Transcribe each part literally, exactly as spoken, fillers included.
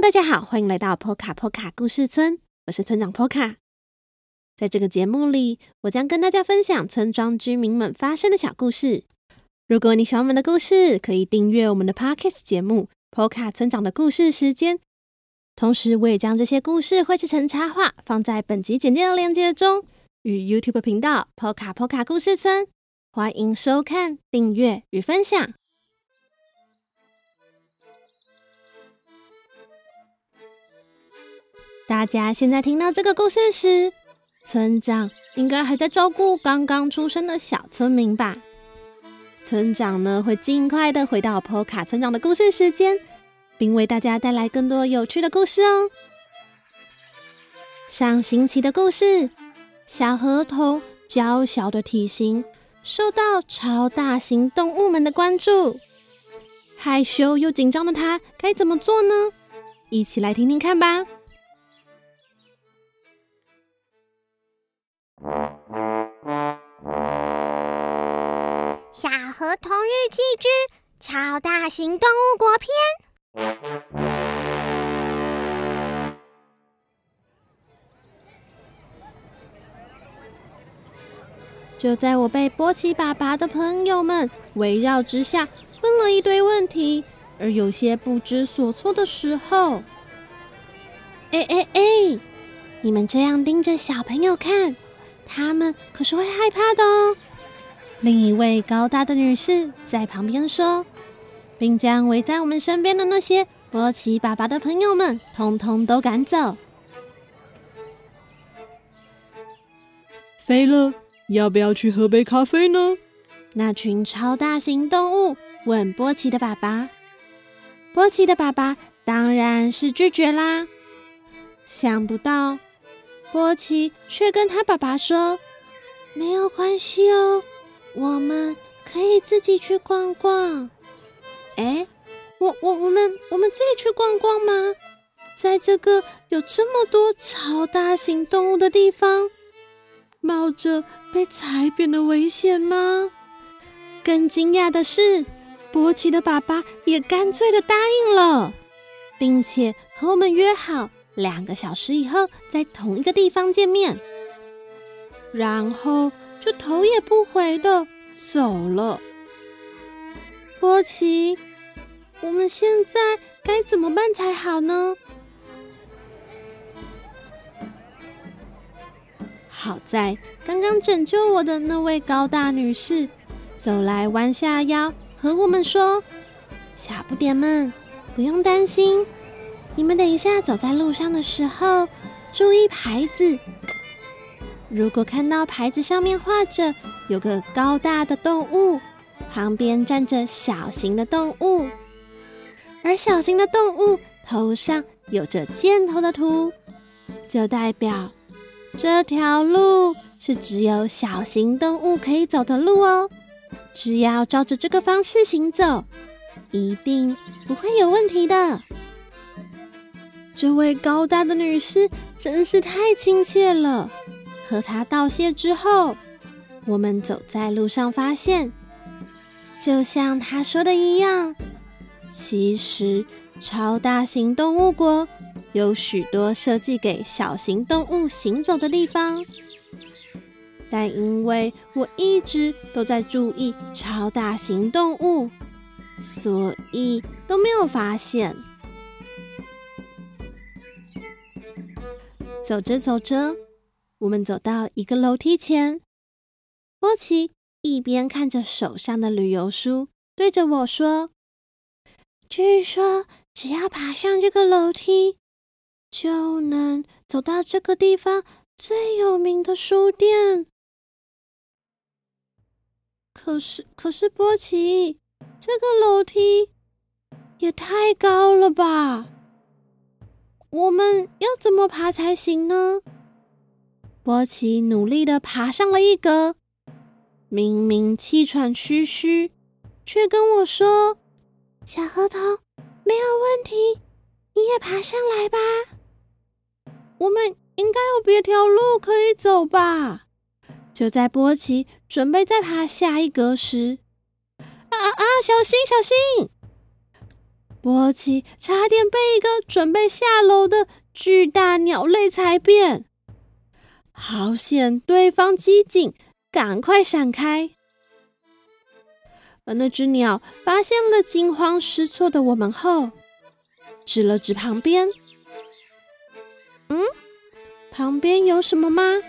大家好，欢迎来到波卡波卡故事村，我是村长波卡。在这个节目里，我将跟大家分享村庄居民们发生的小故事。如果你喜欢我们的故事，可以订阅我们的 Podcast 节目波卡村长的故事时间。同时，我也将这些故事绘制成插画，放在本集简介的链接中，与 YouTube 频道波卡波卡故事村。欢迎收看、订阅与分享。大家现在听到这个故事时，村长应该还在照顾刚刚出生的小村民吧？村长呢，会尽快的回到波卡村长的故事时间，并为大家带来更多有趣的故事哦。上星期的故事，小河童娇小的体型受到超大型动物们的关注，害羞又紧张的他该怎么做呢？一起来听听看吧。 小河童日记之超大型动物国篇。 就在我被波奇爸爸的朋友们围绕之下问了一堆问题，而有些不知所措的时候，哎哎哎，你们这样盯着小朋友看，他们可是会害怕的哦。另一位高大的女士在旁边说，并将围在我们身边的那些波奇爸爸的朋友们通通都赶走。飞了，要不要去喝杯咖啡呢？那群超大型动物问波奇的爸爸。波奇的爸爸当然是拒绝啦。想不到波奇却跟他爸爸说，没有关系哦，我们可以自己去逛逛。哎，我我我们我们自己去逛逛吗？在这个有这么多超大型动物的地方，冒着被踩扁的危险吗？更惊讶的是，波奇的爸爸也干脆的答应了，并且和我们约好两个小时以后在同一个地方见面，然后就头也不回的走了。波奇，我们现在该怎么办才好呢？好在刚刚拯救我的那位高大女士走来弯下腰和我们说，小不点们不用担心，你们等一下走在路上的时候注意牌子，如果看到牌子上面画着有个高大的动物，旁边站着小型的动物，而小型的动物头上有着箭头的图，就代表这条路是只有小型动物可以走的路哦，只要照着这个方式行走，一定不会有问题的。这位高大的女士真是太亲切了，和她道谢之后，我们走在路上发现，就像她说的一样，其实超大型动物国有许多设计给小型动物行走的地方，但因为我一直都在注意超大型动物，所以都没有发现。走着走着，我们走到一个楼梯前，波奇一边看着手上的旅游书，对着我说，据说只要爬上这个楼梯，就能走到这个地方最有名的书店。可是，可是波奇，这个楼梯也太高了吧？我们要怎么爬才行呢？波奇努力地爬上了一格，明明气喘吁吁，却跟我说，小河童，没有问题，你也爬上来吧。我们应该有别条路可以走吧？就在波奇准备再爬下一格时，啊啊啊！小心小心！ 波奇差点被一个准备下楼的巨大鸟类踩扁，好险对方机警，赶快闪开。而那只鸟发现了惊慌失措的我们后，指了指旁边。嗯，旁边有什么吗？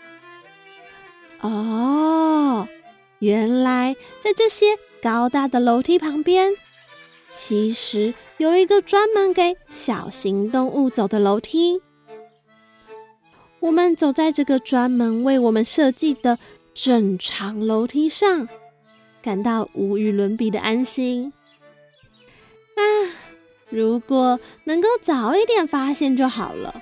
哦，原来在这些高大的楼梯旁边，其实有一个专门给小型动物走的楼梯。我们走在这个专门为我们设计的正常楼梯上，感到无与伦比的安心。啊，如果能够早一点发现就好了。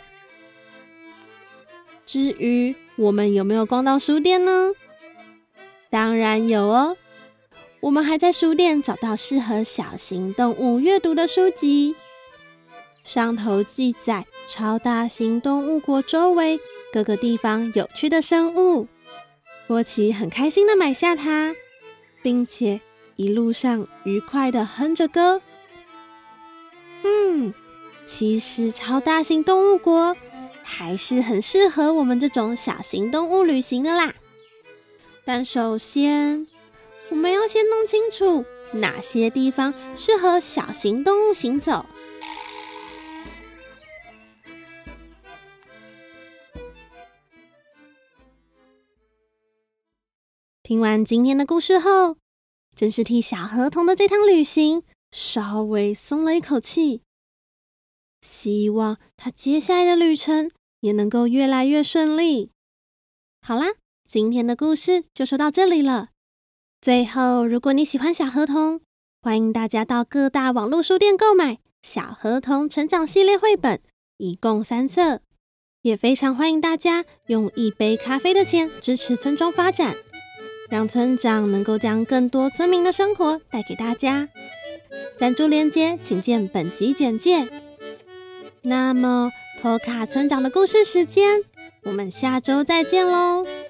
至于我们有没有逛到书店呢？当然有哦。我们还在书店找到适合小型动物阅读的书籍，上头记载超大型动物国周围各个地方有趣的生物。波奇很开心地买下它，并且一路上愉快地哼着歌。嗯，其实超大型动物国还是很适合我们这种小型动物旅行的啦。但首先，我们要先弄清楚哪些地方适合小型动物行走。听完今天的故事后，真是替小河童的这趟旅行稍微松了一口气。希望他接下来的旅程也能够越来越顺利。好啦，今天的故事就说到这里了。最后，如果你喜欢小河童，欢迎大家到各大网络书店购买《小河童成长系列》绘本，一共三册。也非常欢迎大家用一杯咖啡的钱支持村庄发展，让村长能够将更多村民的生活带给大家。赞助链接请见本集简介。那么，托卡村长的故事时间，我们下周再见喽！